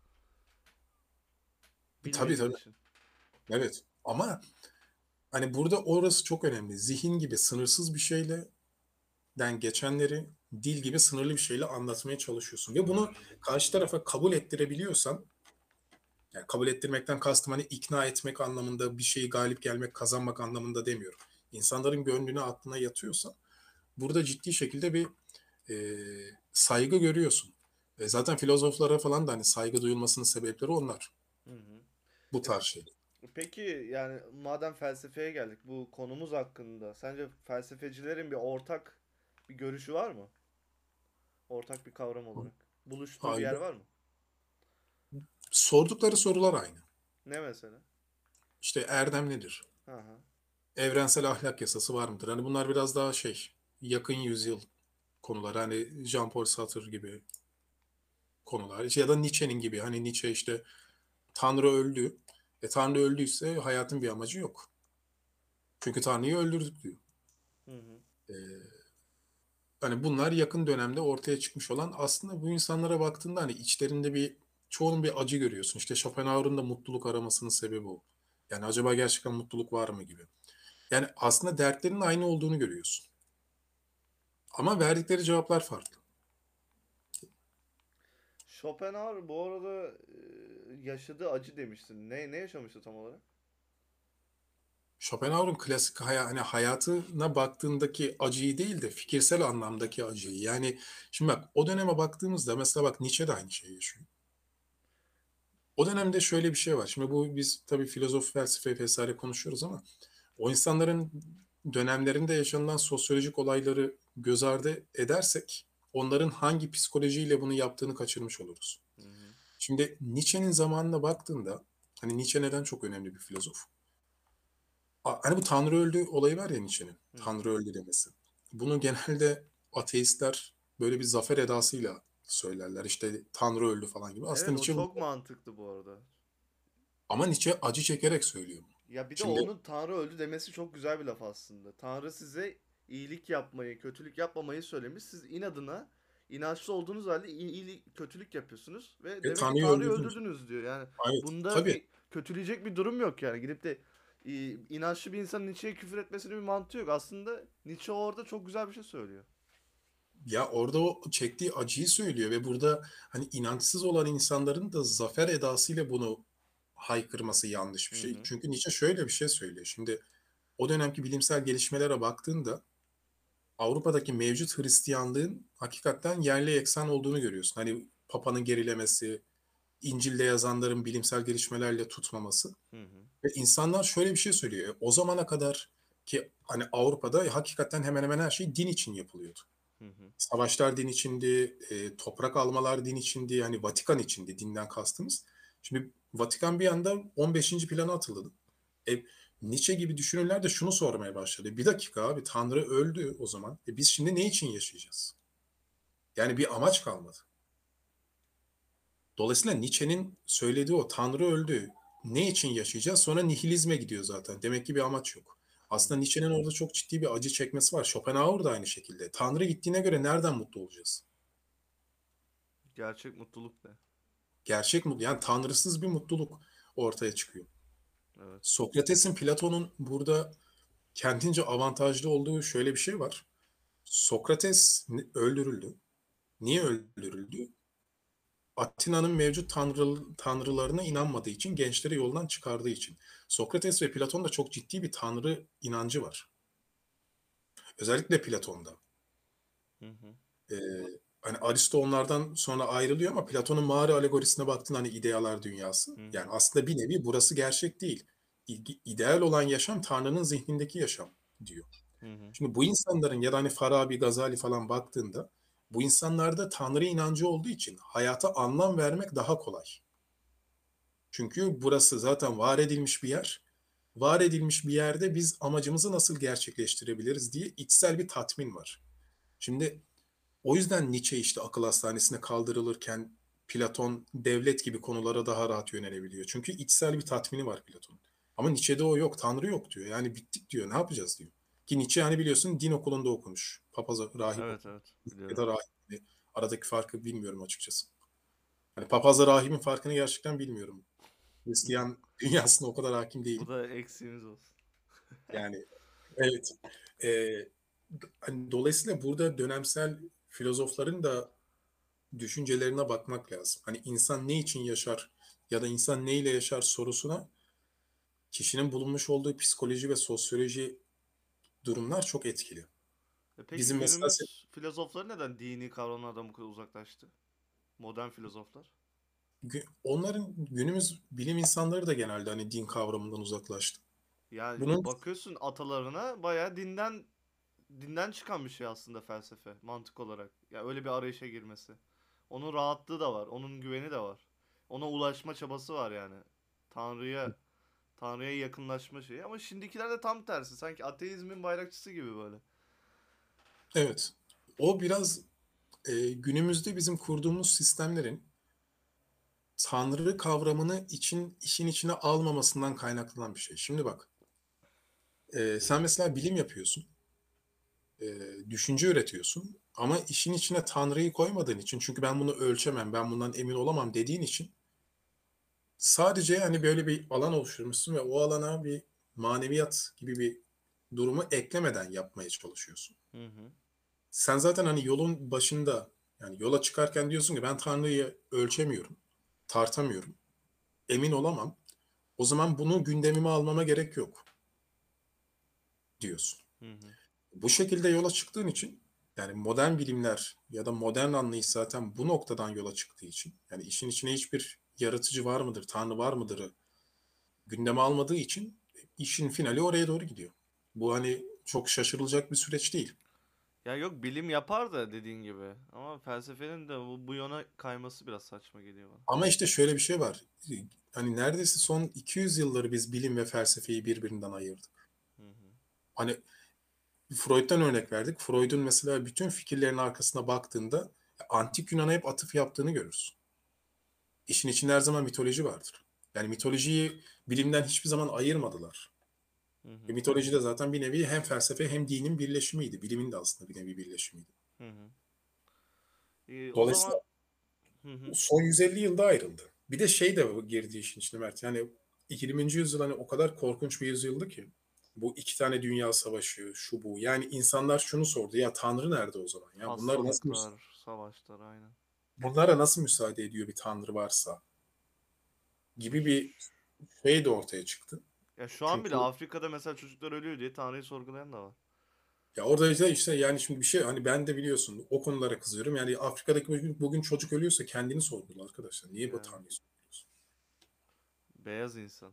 tabii Bilmediğin tabii için. evet ama hani burada orası çok önemli. Zihin gibi sınırsız bir şeyle den geçenleri dil gibi sınırlı bir şeyle anlatmaya çalışıyorsun. Ve bunu karşı tarafa kabul ettirebiliyorsan yani kabul ettirmekten kastım hani ikna etmek anlamında bir şeyi galip gelmek kazanmak anlamında demiyorum. İnsanların gönlüne aklına yatıyorsa burada ciddi şekilde bir e, saygı görüyorsun. E, zaten filozoflara falan da hani saygı duyulmasının sebepleri onlar. Hı hı. Bu E, tarz şey. Peki yani madem felsefeye geldik bu konumuz hakkında, sence felsefecilerin bir ortak bir görüşü var mı? Ortak bir kavram olarak. Buluştuğu bir yer Hayır. var mı? Sordukları sorular aynı. Ne mesela? İşte erdem nedir? Hı hı. Evrensel ahlak yasası var mıdır? Hani bunlar biraz daha şey yakın yüzyıl konular. Hani Jean-Paul Sartre gibi konular. İşte ya da Nietzsche'nin gibi. Hani Nietzsche işte Tanrı öldü. E Tanrı öldüyse hayatın bir amacı yok. Çünkü Tanrı'yı öldürdük diyor. Hı hı. E, Hani bunlar yakın dönemde ortaya çıkmış olan aslında bu insanlara baktığında hani içlerinde bir çoğunun bir acı görüyorsun. İşte Schopenhauer'un da mutluluk aramasının sebebi o. Yani acaba gerçekten mutluluk var mı gibi. Yani aslında dertlerin aynı olduğunu görüyorsun. Ama verdikleri cevaplar farklı. Schopenhauer bu arada e, yaşadığı acı demiştin. Ne ne yaşamıştı tam olarak? Schopenhauer'un klasik haya, hani hayatına baktığındaki acıyı değil de fikirsel anlamdaki acıyı. Yani şimdi bak o döneme baktığımızda mesela bak Nietzsche de aynı şeyi yaşıyor. O dönemde şöyle bir şey var. Şimdi bu biz tabii filozof, felsefe vesaire konuşuyoruz ama o insanların dönemlerinde yaşanılan sosyolojik olayları göz ardı edersek onların hangi psikolojiyle bunu yaptığını kaçırmış oluruz. Hı hı. Şimdi Nietzsche'nin zamanına baktığında hani Nietzsche neden çok önemli bir filozof? A- Hani bu Tanrı öldü olayı var ya Nietzsche'nin. Hı hı. Tanrı öldü demesi. Bunu genelde ateistler böyle bir zafer edasıyla söylerler. İşte Tanrı öldü falan gibi. Aslında Evet, o Nietzsche çok mantıklı bu arada. ama Nietzsche acı çekerek söylüyor bunu. Ya bir de Şimdi onun Tanrı öldü demesi çok güzel bir laf aslında. Tanrı size iyilik yapmayı, kötülük yapmamayı söylemiş. Siz inadına inançlı olduğunuz halde iyi- iyilik, kötülük yapıyorsunuz ve e, demek ki Tanrı'yı Tanrı'yı öldürdünüz. öldürdünüz diyor. Yani Evet, bunda tabii. bir kötüleyecek bir durum yok yani. Gidip de e, inançlı bir insanın Nietzsche'ye küfür etmesinin bir mantığı yok. Aslında Nietzsche orada çok güzel bir şey söylüyor. Ya orada o çektiği acıyı söylüyor ve burada hani inançsız olan insanların da zafer edasıyla bunu haykırması yanlış bir Hı şey. hı. Çünkü Nietzsche şöyle bir şey söylüyor. Şimdi o dönemki bilimsel gelişmelere baktığında Avrupa'daki mevcut Hristiyanlığın hakikaten yerle yeksan olduğunu görüyorsun. Hani Papa'nın gerilemesi, İncil'de yazanların bilimsel gelişmelerle tutmaması. Hı hı. Ve insanlar şöyle bir şey söylüyor. "E, O zamana kadar ki hani Avrupa'da hakikaten hemen hemen her şey din için yapılıyordu. Hı hı. Savaşlar din içindi, e, toprak almalar din içindi, hani Vatikan içindi dinden kastımız. Şimdi Vatikan bir anda on beşinci plana atıldı. E, Nietzsche gibi düşünürler de şunu sormaya başladı. Bir dakika abi Tanrı öldü o zaman. E, biz şimdi ne için yaşayacağız? Yani bir amaç kalmadı. Dolayısıyla Nietzsche'nin söylediği o Tanrı öldü. Ne için yaşayacağız? Sonra nihilizme gidiyor zaten. Demek ki bir amaç yok. Hı Aslında hı. Nietzsche'nin orada çok ciddi bir acı çekmesi var. Schopenhauer da aynı şekilde. Tanrı gittiğine göre nereden mutlu olacağız? Gerçek mutluluk ne? Gerçek mutlu, yani tanrısız bir mutluluk ortaya çıkıyor. Evet. Sokrates'in, Platon'un burada kendince avantajlı olduğu şöyle bir şey var. Sokrates öldürüldü. Hı Niye hı. öldürüldü? Atina'nın mevcut tanrı, tanrılarına inanmadığı için, gençleri yoldan çıkardığı için. Sokrates ve Platon'da çok ciddi bir tanrı inancı var. Özellikle Platon'da. Hı hı. Ee, Hani Aristo onlardan sonra ayrılıyor ama Platon'un mağara alegorisine baktığında hani idealar dünyası. Hı Yani hı. aslında bir nevi burası gerçek değil. İ- İdeal olan yaşam Tanrı'nın zihnindeki yaşam diyor. Hı hı. Şimdi bu insanların ya da hani Farabi, Gazali falan baktığında bu insanlarda Tanrı inancı olduğu için hayata anlam vermek daha kolay. Çünkü burası zaten var edilmiş bir yer. Var edilmiş bir yerde biz amacımızı nasıl gerçekleştirebiliriz diye içsel bir tatmin var. Şimdi o yüzden Nietzsche işte akıl hastanesine kaldırılırken Platon devlet gibi konulara daha rahat yönelebiliyor. Çünkü içsel bir tatmini var Platon'un. Ama Nietzsche'de o yok. Tanrı yok diyor. Yani bittik diyor. Ne yapacağız diyor. Ki Nietzsche hani biliyorsun din okulunda okumuş. Papaz, rahip Evet, okumuş. evet, Ya biliyorum. da rahip. Hani aradaki farkı bilmiyorum açıkçası. Hani papazla rahibin farkını gerçekten bilmiyorum. Hristiyan dünyasına o kadar hakim Bu değilim. da eksiğimiz olsun. Yani evet. Ee, Hani dolayısıyla burada dönemsel filozofların da düşüncelerine bakmak lazım. Hani insan ne için yaşar ya da insan neyle yaşar sorusuna kişinin bulunmuş olduğu psikoloji ve sosyoloji durumlar çok etkili. E peki Bizim mesela günümüz filozofları neden dini kavramlardan bu kadar uzaklaştı? Modern filozoflar. onların günümüz bilim insanları da genelde hani din kavramından uzaklaştı. Yani Bunun bakıyorsun atalarına bayağı dinden dinden çıkan bir şey aslında felsefe mantık olarak. Ya öyle bir arayışa girmesi. Onun rahatlığı da var, onun güveni de var. Ona ulaşma çabası var yani. Tanrı'ya Tanrı'ya yakınlaşma şeyi ama şimdikiler de tam tersi. Sanki ateizmin bayrakçısı gibi böyle. evet. o biraz e, günümüzde bizim kurduğumuz sistemlerin Tanrı kavramını için işin içine almamasından kaynaklanan bir şey. Şimdi bak, e, sen mesela bilim yapıyorsun, e, düşünce üretiyorsun ama işin içine Tanrı'yı koymadığın için, çünkü ben bunu ölçemem, ben bundan emin olamam dediğin için sadece hani böyle bir alan oluşturmuşsun ve o alana bir maneviyat gibi bir durumu eklemeden yapmaya çalışıyorsun. Hı hı. Sen zaten hani yolun başında, yani yola çıkarken diyorsun ki ben Tanrı'yı ölçemiyorum, tartamıyorum, emin olamam. O zaman bunu gündemime almama gerek yok diyorsun. Hı hı. Bu şekilde yola çıktığın için, yani modern bilimler ya da modern anlayış zaten bu noktadan yola çıktığı için, yani işin içine hiçbir yaratıcı var mıdır, Tanrı var mıdırı gündeme almadığı için işin finali oraya doğru gidiyor. Bu hani çok şaşırılacak bir süreç değil. Ya yok, bilim yapar da dediğin gibi. Ama felsefenin de bu, bu yana kayması biraz saçma geliyor bana. Ama işte şöyle bir şey var. Hani neredeyse son iki yüz yılları biz bilim ve felsefeyi birbirinden ayırdık. Hı hı. Hani Freud'dan örnek verdik. Freud'un mesela bütün fikirlerin arkasına baktığında antik Yunan'a hep atıf yaptığını görürsün. İşin içinde her zaman mitoloji vardır. Yani mitolojiyi bilimden hiçbir zaman ayırmadılar. Hı E, hı. mitoloji de zaten bir nevi hem felsefe hem dinin birleşimiydi. Bilimin de aslında bir nevi birleşimiydi. Hı hı. Ee, o Dolayısıyla zaman hı hı. son yüz elli yılda ayrıldı. Bir de şey de girdi işin içine Mert. Yani yirminci yüzyıl hani o kadar korkunç bir yüzyıldı ki. Bu iki tane dünya savaşı, şu bu. Yani insanlar şunu sordu. Ya Tanrı nerede o zaman? Ya bunlar nasıl müsa- Hastalıklar, savaşlar, aynen. bunlara nasıl müsaade ediyor bir Tanrı varsa gibi bir şey de ortaya çıktı. Ya şu an bile Çünkü Afrika'da mesela çocuklar ölüyor diye Tanrı'yı sorgulayan da var. ya orada işte, işte yani şimdi bir şey, hani ben de biliyorsun o konulara kızıyorum. Yani Afrika'daki bugün, bugün çocuk ölüyorsa kendini sorgula arkadaşlar. Niye bu Yani Tanrı'yı soruyorsun? beyaz insan.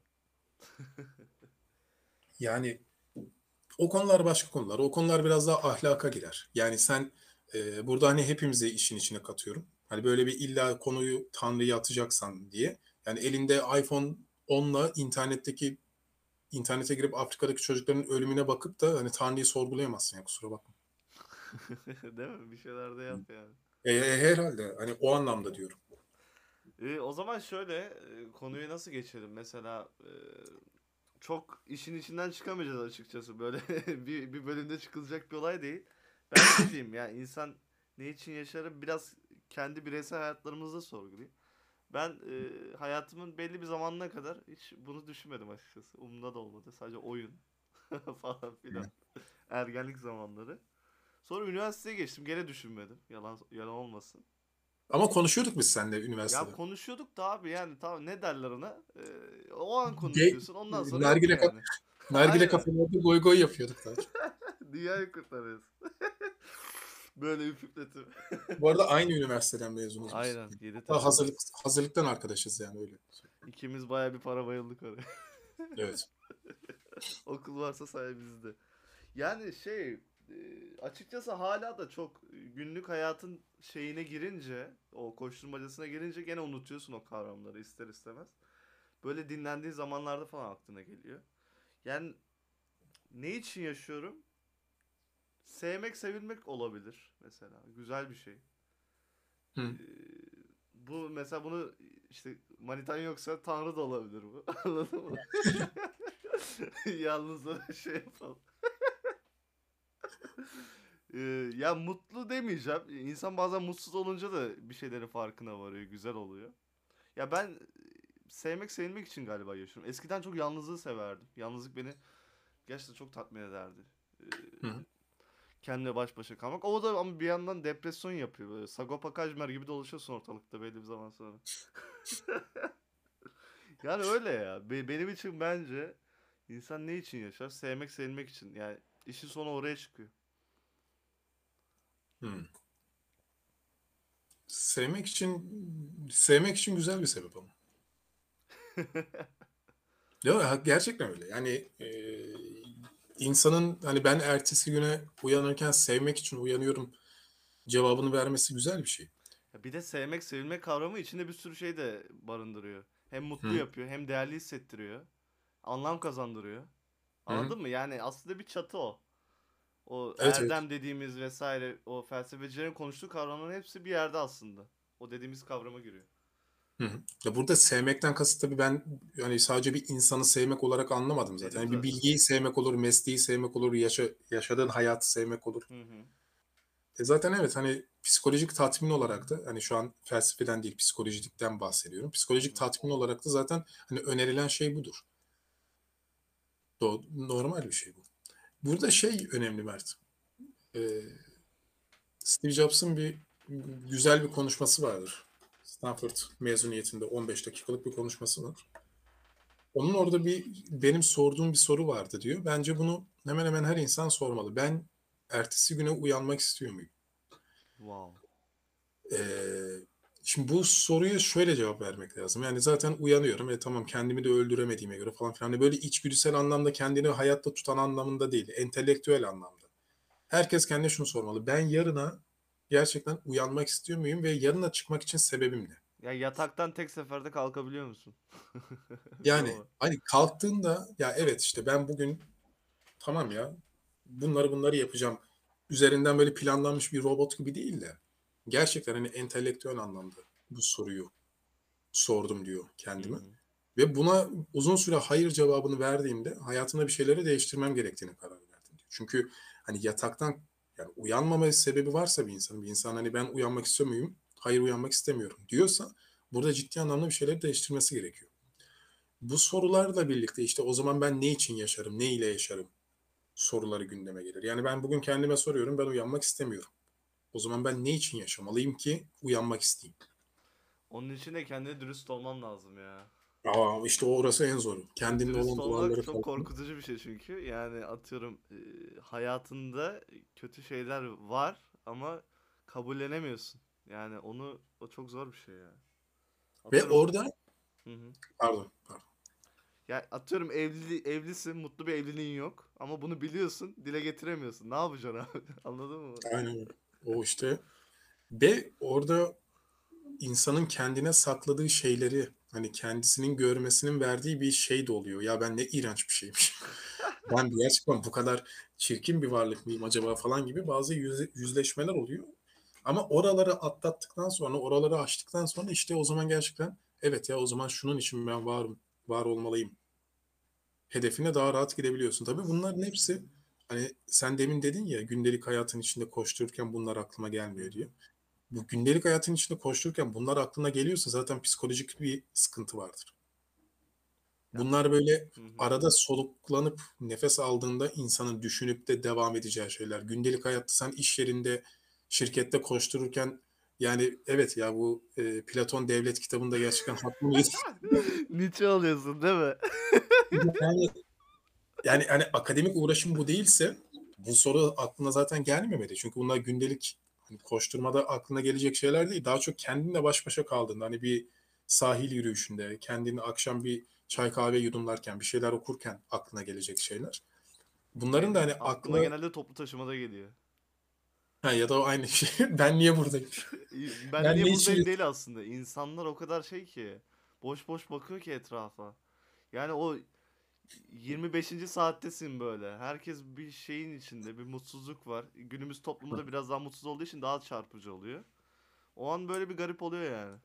Yani o konular başka konular. O konular biraz daha ahlaka girer. Yani sen e, burada hani hepimizi işin içine katıyorum. Hani böyle bir illa konuyu Tanrı'ya atacaksan diye. Yani elinde iPhone onla internetteki internete girip Afrika'daki çocukların ölümüne bakıp da hani Tanrı'yı sorgulayamazsın ya, kusura bakma. Değil mi? Bir şeyler de yap yani. E, e, herhalde hani o anlamda diyorum. Ee, o zaman şöyle, e, konuyu nasıl geçelim? Mesela e, çok işin içinden çıkamayacağız açıkçası. Böyle bir, bir bölümde çıkılacak bir olay değil. Ben şey diyeyim ya, insan ne için yaşarı biraz kendi bireysel hayatlarımızda sorgulayayım. Ben e, hayatımın belli bir zamanına kadar hiç bunu düşünmedim açıkçası. Umurumda da olmadı. Sadece oyun falan filan. Ergenlik zamanları. Sonra üniversiteye geçtim. Gene düşünmedim. Yalan yalan olmasın. Ama konuşuyorduk biz seninle Ya üniversitede. konuşuyorduk da abi, yani tamam, ne derler ona? Ee, o an Ge konuşuyorsun. Ondan sonra yok nargile, kaf yani. nargile Aynen. kafelerde goy goy yapıyorduk daha çok. Dünyayı kurtarıyoruz. Böyle üfürtletim. Bu arada aynı üniversiteden mezunuz biz. Aynen. Hatta hazırlık, Yeditepe'deyiz. hazırlıktan arkadaşız yani öyle. İkimiz baya bir para bayıldık oraya. Evet. Okul varsa sayemizde. Yani şey, e, açıkçası hala da çok günlük hayatın şeyine girince, o koşturmacasına girince gene unutuyorsun o kavramları ister istemez. Böyle dinlendiği zamanlarda falan aklına geliyor. Yani ne için yaşıyorum? Sevmek, sevilmek olabilir mesela. Güzel bir şey. Ee, Hı. bu mesela, bunu işte manitan yoksa Tanrı da olabilir bu. Anladın mı? Yalnız da şey yapalım. Ee, ya mutlu demeyeceğim. İnsan bazen mutsuz olunca da bir şeylerin farkına varıyor. Güzel oluyor. Ya ben e, sevmek, sevilmek için galiba yaşıyorum. Eskiden çok yalnızlığı severdim. Yalnızlık beni gerçekten çok tatmin ederdi. Ee, Hı. kendine baş başa kalmak. O da ama bir yandan depresyon yapıyor. Böyle Sagopa Kajmer gibi dolaşıyorsun ortalıkta belli bir zaman sonra. Yani öyle ya. Be- benim için bence insan ne için yaşar? Sevmek, sevilmek için. Yani işin sonu oraya çıkıyor. Hı. Sevmek için sevmek için güzel bir sebep ama. Değil mi? Ha, gerçekten öyle. Yani e, insanın hani ben ertesi güne uyanırken sevmek için uyanıyorum cevabını vermesi güzel bir şey. Ya bir de sevmek, sevilmek kavramı içinde bir sürü şey de barındırıyor. Hem mutlu Hı. yapıyor, hem değerli hissettiriyor. Anlam kazandırıyor. Hı. Anladın mı? Yani aslında bir çatı o. O Evet, evet. erdem dediğimiz vesaire, o felsefecilerin konuştuğu kavramların hepsi bir yerde aslında. O dediğimiz kavrama giriyor. Hı hı. Ya burada sevmekten kasıt tabii ben yani sadece bir insanı sevmek olarak anlamadım zaten. Dedim Yani bir zaten. bilgiyi sevmek olur, mesleği sevmek olur, yaşa, yaşadığın hayatı sevmek olur. Hı hı. E zaten evet hani psikolojik tatmin olarak da hani şu an felsefeden değil psikolojikten bahsediyorum. Hı Psikolojik hı. tatmin olarak da zaten hani önerilen şey budur. Do- normal bir şey bu. Burada şey önemli Mert. Ee, Steve Jobs'ın bir güzel bir konuşması vardır. Stanford mezuniyetinde on beş dakikalık bir konuşması var. Onun orada bir benim sorduğum bir soru vardı diyor. Bence bunu hemen hemen her insan sormalı. Ben ertesi güne uyanmak istiyor muyum? Wow. Ee, Şimdi bu soruya şöyle cevap vermek lazım. Yani zaten uyanıyorum. E tamam kendimi de öldüremediğime göre falan filan. Hani böyle içgüdüsel anlamda kendini hayatta tutan anlamında değil. Entelektüel anlamda. Herkes kendine şunu sormalı. Ben yarına gerçekten uyanmak istiyor muyum ve yarına çıkmak için sebebim ne? Ya yataktan tek seferde kalkabiliyor musun? Bir de Yani o. hani kalktığında ya evet işte ben bugün tamam ya bunları bunları yapacağım. Üzerinden böyle planlanmış bir robot gibi değil de gerçekten hani entelektüel anlamda bu soruyu sordum diyor Hı kendime. hı. Ve buna uzun süre hayır cevabını verdiğimde hayatımda bir şeyleri değiştirmem gerektiğini karar verdim diyor. Çünkü hani yataktan yani uyanmama sebebi varsa bir insanın, bir insan hani ben uyanmak istiyor muyum? Hayır uyanmak istemiyorum diyorsa burada ciddi anlamda bir şeyleri değiştirmesi gerekiyor. Bu sorularla birlikte işte o zaman ben ne için yaşarım, ne ile yaşarım soruları gündeme gelir. Yani ben bugün kendime soruyorum ben uyanmak istemiyorum. O zaman ben ne için yaşamalıyım ki uyanmak isteyeyim? Onun için de kendine dürüst olman lazım ya. Aa, işte orası en zoru. Ve Kendinle dürüst olan olmak duvarları çok falan. korkutucu bir şey çünkü. Yani atıyorum e, hayatında kötü şeyler var ama kabullenemiyorsun. Yani onu o çok zor bir şey ya. Ve Atıyorum. orada Hı hı. pardon, pardon. Ya atıyorum evli evlisin, mutlu bir evliliğin yok ama bunu biliyorsun, dile getiremiyorsun. Ne yapacaksın abi? Anladın mı? Aynen öyle. O işte ve orada insanın kendine sakladığı şeyleri hani kendisinin görmesinin verdiği bir şey de oluyor. Ya ben ne iğrenç bir şeymiş. Ben gerçekten bu kadar çirkin bir varlık mıyım acaba falan gibi bazı yüze- yüzleşmeler oluyor. Ama oraları atlattıktan sonra, oraları aştıktan sonra işte o zaman gerçekten evet ya o zaman şunun için ben varım, var olmalıyım. Hedefine daha rahat gidebiliyorsun. Tabii bunların hepsi hani sen demin dedin ya gündelik hayatın içinde koştururken bunlar aklıma Hı gelmiyor diye. hı. Bu gündelik hayatın içinde koştururken bunlar aklına geliyorsa zaten psikolojik bir sıkıntı vardır. Ya, Bunlar böyle hı hı. arada soluklanıp nefes aldığında insanın düşünüp de devam edeceği şeyler. Gündelik hayatta sen iş yerinde, şirkette koştururken yani evet ya bu e, Platon Devlet kitabında gerçekten haklı mıyız? Nietzsche oluyorsun değil mi? Yani, yani hani akademik uğraşım bu değilse bu soru aklına zaten gelmemeli. Çünkü bunlar gündelik hani koşturmada aklına gelecek şeyler değil. Daha çok kendinle baş başa kaldığında hani bir sahil yürüyüşünde, kendini akşam bir çay kahve yudumlarken, bir şeyler okurken aklına gelecek şeyler. Bunların da Benim hani aklıma aklı genelde toplu taşımada geliyor. ha, ya da o aynı şey. Ben niye buradayım? Ben Ben niye ne için? buradayım değil aslında. İnsanlar o kadar şey ki. Boş boş bakıyor ki etrafa. Yani o yirmi beşinci saattesin böyle. Herkes bir şeyin içinde. Bir mutsuzluk var. Günümüz toplumu da biraz daha mutsuz olduğu için daha çarpıcı oluyor. O an böyle bir garip oluyor yani.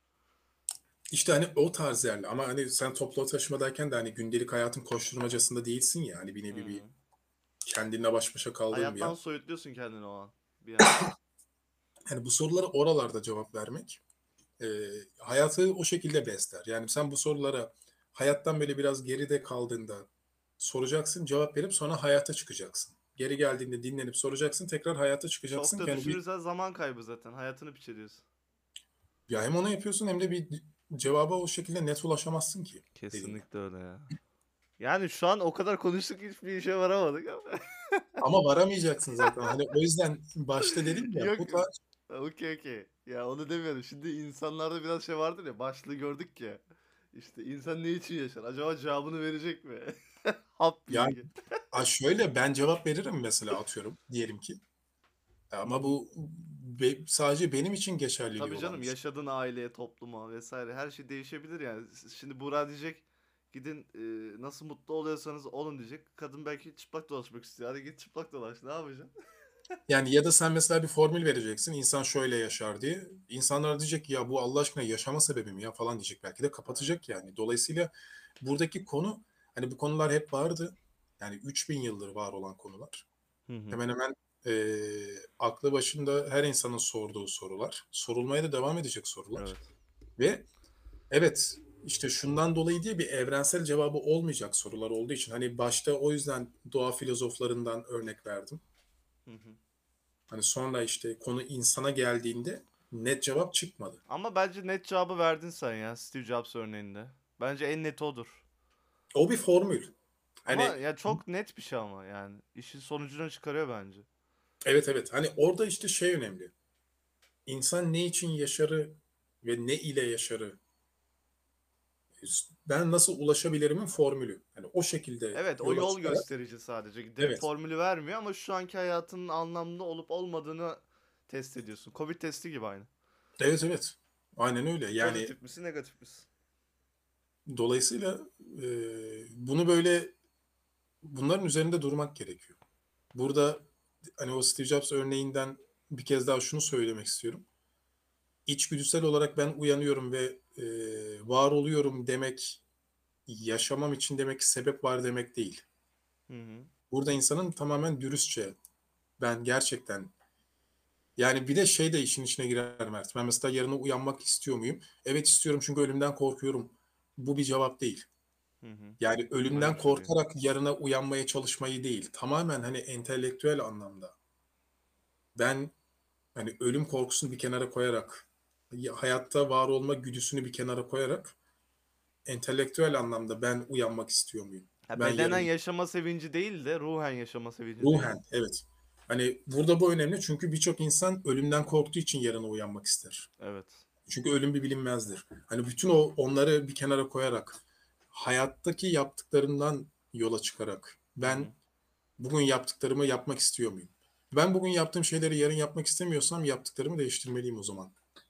İşte hani o tarz yerler. Ama hani sen toplu taşımadayken de hani gündelik hayatın koşturmacasında değilsin ya. Hani bir Hı nevi bir hı. kendinle baş başa kaldığın bir Hayattan yer. soyutluyorsun kendini o an. Bir anda. Yani bu sorulara oralarda cevap vermek e, hayatı o şekilde besler. Yani sen bu sorulara hayattan böyle biraz geride kaldığında soracaksın, cevap verip sonra hayata çıkacaksın. Geri geldiğinde dinlenip soracaksın, tekrar hayata Çok çıkacaksın da ki yani bir düşünürsen zaman kaybı zaten. Hayatını piç ediyorsun. ya hem onu yapıyorsun hem de bir cevaba o şekilde net ulaşamazsın ki dediğin gibi. Kesinlikle öyle ya. Yani şu an o kadar konuştuk hiçbir işe varamadık ama. Ama varamayacaksın zaten. Hani o yüzden başta dedim ya Yok. bu tarz Okey okey. Ya onu demiyorum. Şimdi insanlarda biraz şey vardır ya. Başlığı gördük ya. İşte insan ne için yaşar? Acaba cevabını verecek mi? Hap yani bilgi. a şöyle ben cevap veririm mesela atıyorum diyelim ki. Hı Ama hı. bu be- sadece benim için geçerliliği Tabii olan canım bir şey. yaşadığın aileye, topluma vesaire her şey değişebilir yani. Şimdi Burak diyecek Gidin e, nasıl mutlu oluyorsanız olun diyecek. Kadın belki çıplak dolaşmak istiyor. Hadi git çıplak dolaş. Ne yapacaksın? Yani ya da sen mesela bir formül vereceksin. İnsan şöyle yaşar diye. İnsanlar diyecek ki ya bu Allah aşkına yaşama sebebim ya falan diyecek. Belki de Aynen. kapatacak yani. Dolayısıyla buradaki konu hani bu konular hep vardı. Yani üç bin yıldır var olan konular. Hı hı. Hemen hemen eee aklı başında her insanın sorduğu sorular. Sorulmaya da devam edecek sorular. Evet. Ve evet işte şundan dolayı diye bir evrensel cevabı olmayacak sorular olduğu için. Hani başta o yüzden doğa filozoflarından örnek verdim. Hı hı. Hani sonra işte konu insana geldiğinde net cevap çıkmadı. Ama bence net cevabı verdin sen ya Steve Jobs örneğinde. Bence en net odur. O bir formül. Ama Hani ya çok net bir şey ama yani. İşin sonucunu çıkarıyor bence. evet evet hani orada işte şey önemli. İnsan ne için yaşarı ve ne ile yaşarı ben nasıl ulaşabilirimin formülü. Hani o şekilde Evet, o yola yol çıkarak gösterici sadece. Direkt evet. formülü vermiyor ama şu anki hayatının anlamlı olup olmadığını test ediyorsun. Covid testi gibi aynı. Evet evet. Aynen öyle. Yani Pozitif misin, negatif misin? dolayısıyla e, bunu böyle bunların üzerinde durmak gerekiyor. Burada hani o Steve Jobs örneğinden bir kez daha şunu söylemek istiyorum. İçgüdüsel olarak ben uyanıyorum ve e, var oluyorum demek yaşamam için demek ki sebep var demek değil. Hı hı. Burada insanın tamamen dürüstçe ben gerçekten yani bir de şey de işin içine girer Mert. Ben mesela yarına uyanmak istiyor muyum? Evet istiyorum çünkü ölümden korkuyorum. Bu bir cevap değil. Hı hı. Yani Öyle ölümden bir şey değil. korkarak yarına uyanmaya çalışmayı değil. Tamamen hani entelektüel anlamda. Ben hani ölüm korkusunu bir kenara koyarak, hayatta var olma güdüsünü bir kenara koyarak entelektüel anlamda ben uyanmak istiyor muyum? Ha, Ben bedenen yarın yaşama sevinci değil de ruhen yaşama sevinci değil mi? ruhen evet. Hani burada bu önemli çünkü birçok insan ölümden korktuğu için yarına uyanmak ister. Evet. Çünkü ölüm bir bilinmezdir. Hani bütün o onları bir kenara koyarak hayattaki yaptıklarından yola çıkarak Hı ben hı. bugün yaptıklarımı yapmak istiyor muyum? Ben bugün yaptığım şeyleri yarın yapmak istemiyorsam yaptıklarımı değiştirmeliyim o zaman.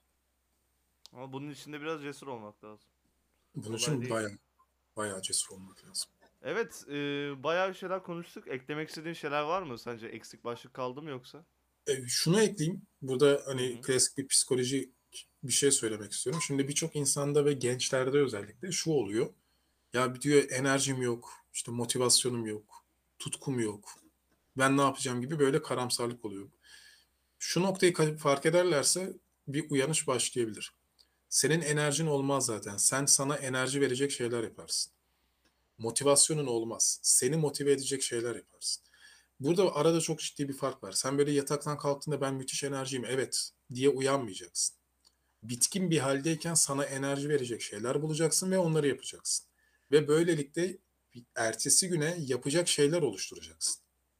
Ama bunun için de biraz cesur olmak lazım. Bunun Kolay için değil. bayağı bayağı cesur olmak lazım. Evet, e, bayağı bir şeyler konuştuk. Eklemek istediğin şeyler var mı? Sence eksik başlık kaldı mı yoksa? E, şunu ekleyeyim. Burada Hı hani hı. klasik bir psikoloji bir şey söylemek istiyorum. Şimdi birçok insanda ve gençlerde özellikle şu oluyor. Ya bir diyor enerjim yok, işte motivasyonum yok, tutkum yok. Ben ne yapacağım gibi böyle karamsarlık oluyor. Şu noktayı fark ederlerse bir uyanış başlayabilir. Senin enerjin olmaz zaten. Sen sana enerji verecek şeyler yaparsın. Motivasyonun olmaz. Seni motive edecek şeyler yaparsın. Burada arada çok ciddi bir fark var. Sen böyle yataktan kalktığında ben müthiş enerjiyim evet diye uyanmayacaksın. Bitkin bir haldeyken sana enerji verecek şeyler bulacaksın ve onları yapacaksın. Ve böylelikle ertesi güne yapacak şeyler oluşturacaksın.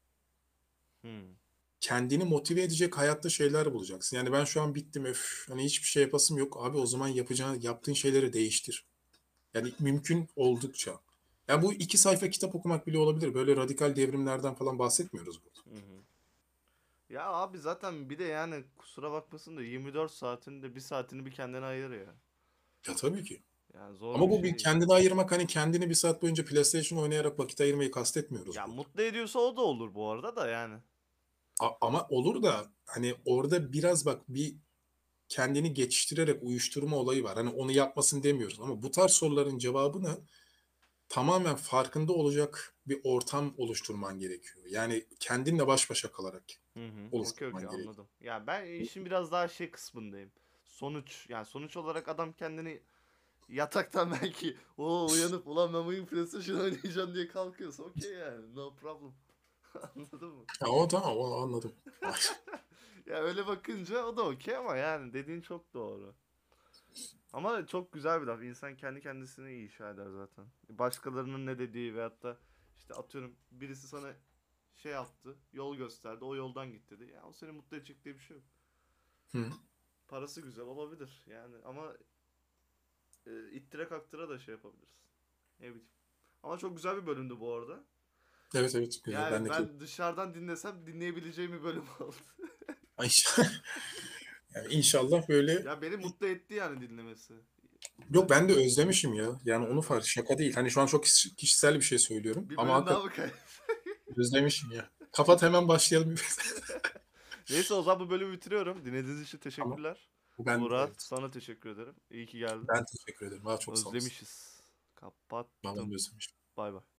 Hı. Kendini motive edecek hayatta şeyler bulacaksın. Yani ben şu an bittim öf hani hiçbir şey yapasım yok. Abi o zaman yapacağın yaptığın şeyleri değiştir. Yani mümkün oldukça. Yani bu iki sayfa kitap okumak bile olabilir. Böyle radikal devrimlerden falan bahsetmiyoruz burada. Hı hı. Ya abi zaten bir de yani kusura bakmasın da yirmi dört saatinde bir saatini bir kendine ayır ya. Ya tabii ki. Yani zor Ama bir bu şey bir değil. kendini ayırmak hani kendini bir saat boyunca PlayStation oynayarak vakit ayırmayı kastetmiyoruz Ya burada. mutlu ediyorsa o da olur bu arada da yani. A- ama olur da hani orada biraz bak bir kendini geçiştirerek uyuşturma olayı var. Hani onu yapmasın demiyoruz ama bu tarz soruların cevabını tamamen farkında olacak bir ortam oluşturman gerekiyor. Yani kendinle baş başa kalarak Hı hı. Okey okey oluşturman gerekiyor. anladım. Ya ben işin biraz daha şey kısmındayım. Sonuç yani sonuç olarak adam kendini yataktan belki o uyanıp ulan ben bugün PlayStation oynayacağım diye kalkıyorsa okey yani no problem. Anladın mı? Ya o tamam o anladım. Ya öyle bakınca o da okey ama yani dediğin çok doğru. Ama çok güzel bir laf. İnsan kendi kendisini iyi inşa eder zaten. Başkalarının ne dediği veyahut da işte atıyorum birisi sana şey yaptı, yol gösterdi, o yoldan git dedi. Ya o seni mutlu edecek diye bir şey yok. Hı. Parası güzel olabilir yani ama e, ittire kaktıra da şey yapabiliriz. Ne bileyim. Ama çok güzel bir bölümdü bu arada. Evet evet güzel ben Yani de keyif. ben dışarıdan dinlesem dinleyebileceğim bir bölüm oldu. Ay, yani inşallah böyle Ya beni mutlu etti yani dinlemesi. Yok ben de özlemişim ya. Yani onu fark şaka değil. Hani şu an çok kişi- kişisel bir şey söylüyorum Bir ama bölüm daha hakikaten mı kay- özlemişim ya. Kapat hemen başlayalım. Neyse o zaman bu bölümü bitiriyorum. Dinlediğiniz için Tamam. teşekkürler. Ben de Murat evet. sana teşekkür ederim. İyi ki geldin. Ben teşekkür ederim. Aa, çok sağ olasın. Özlemişiz. Ben Kapattım. de özlemişim. Bay bay.